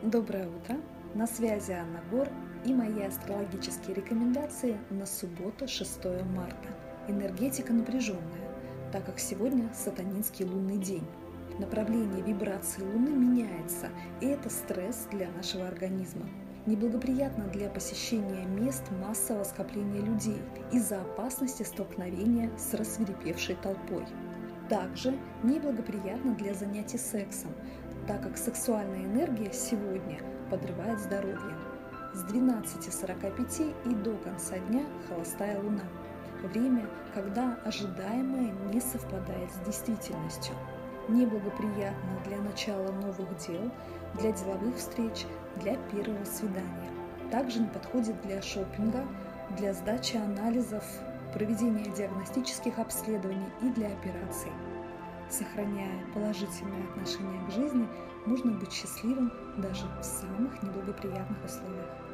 Доброе утро! На связи Анна Гор и мои астрологические рекомендации на субботу, 6 марта. Энергетика напряженная, так как сегодня сатанинский лунный день. Направление вибрации Луны меняется, и это стресс для нашего организма. Неблагоприятно для посещения мест массового скопления людей из-за опасности столкновения с рассвирепевшей толпой. Также неблагоприятно для занятий сексом, так как сексуальная энергия сегодня подрывает здоровье. С 12:45 и до конца дня холостая луна. Время, когда ожидаемое не совпадает с действительностью. Неблагоприятно для начала новых дел, для деловых встреч, для первого свидания. Также не подходит для шопинга, для сдачи анализов, проведения диагностических обследований и для операций. Сохраняя положительное отношение к жизни, можно быть счастливым даже в самых неблагоприятных условиях.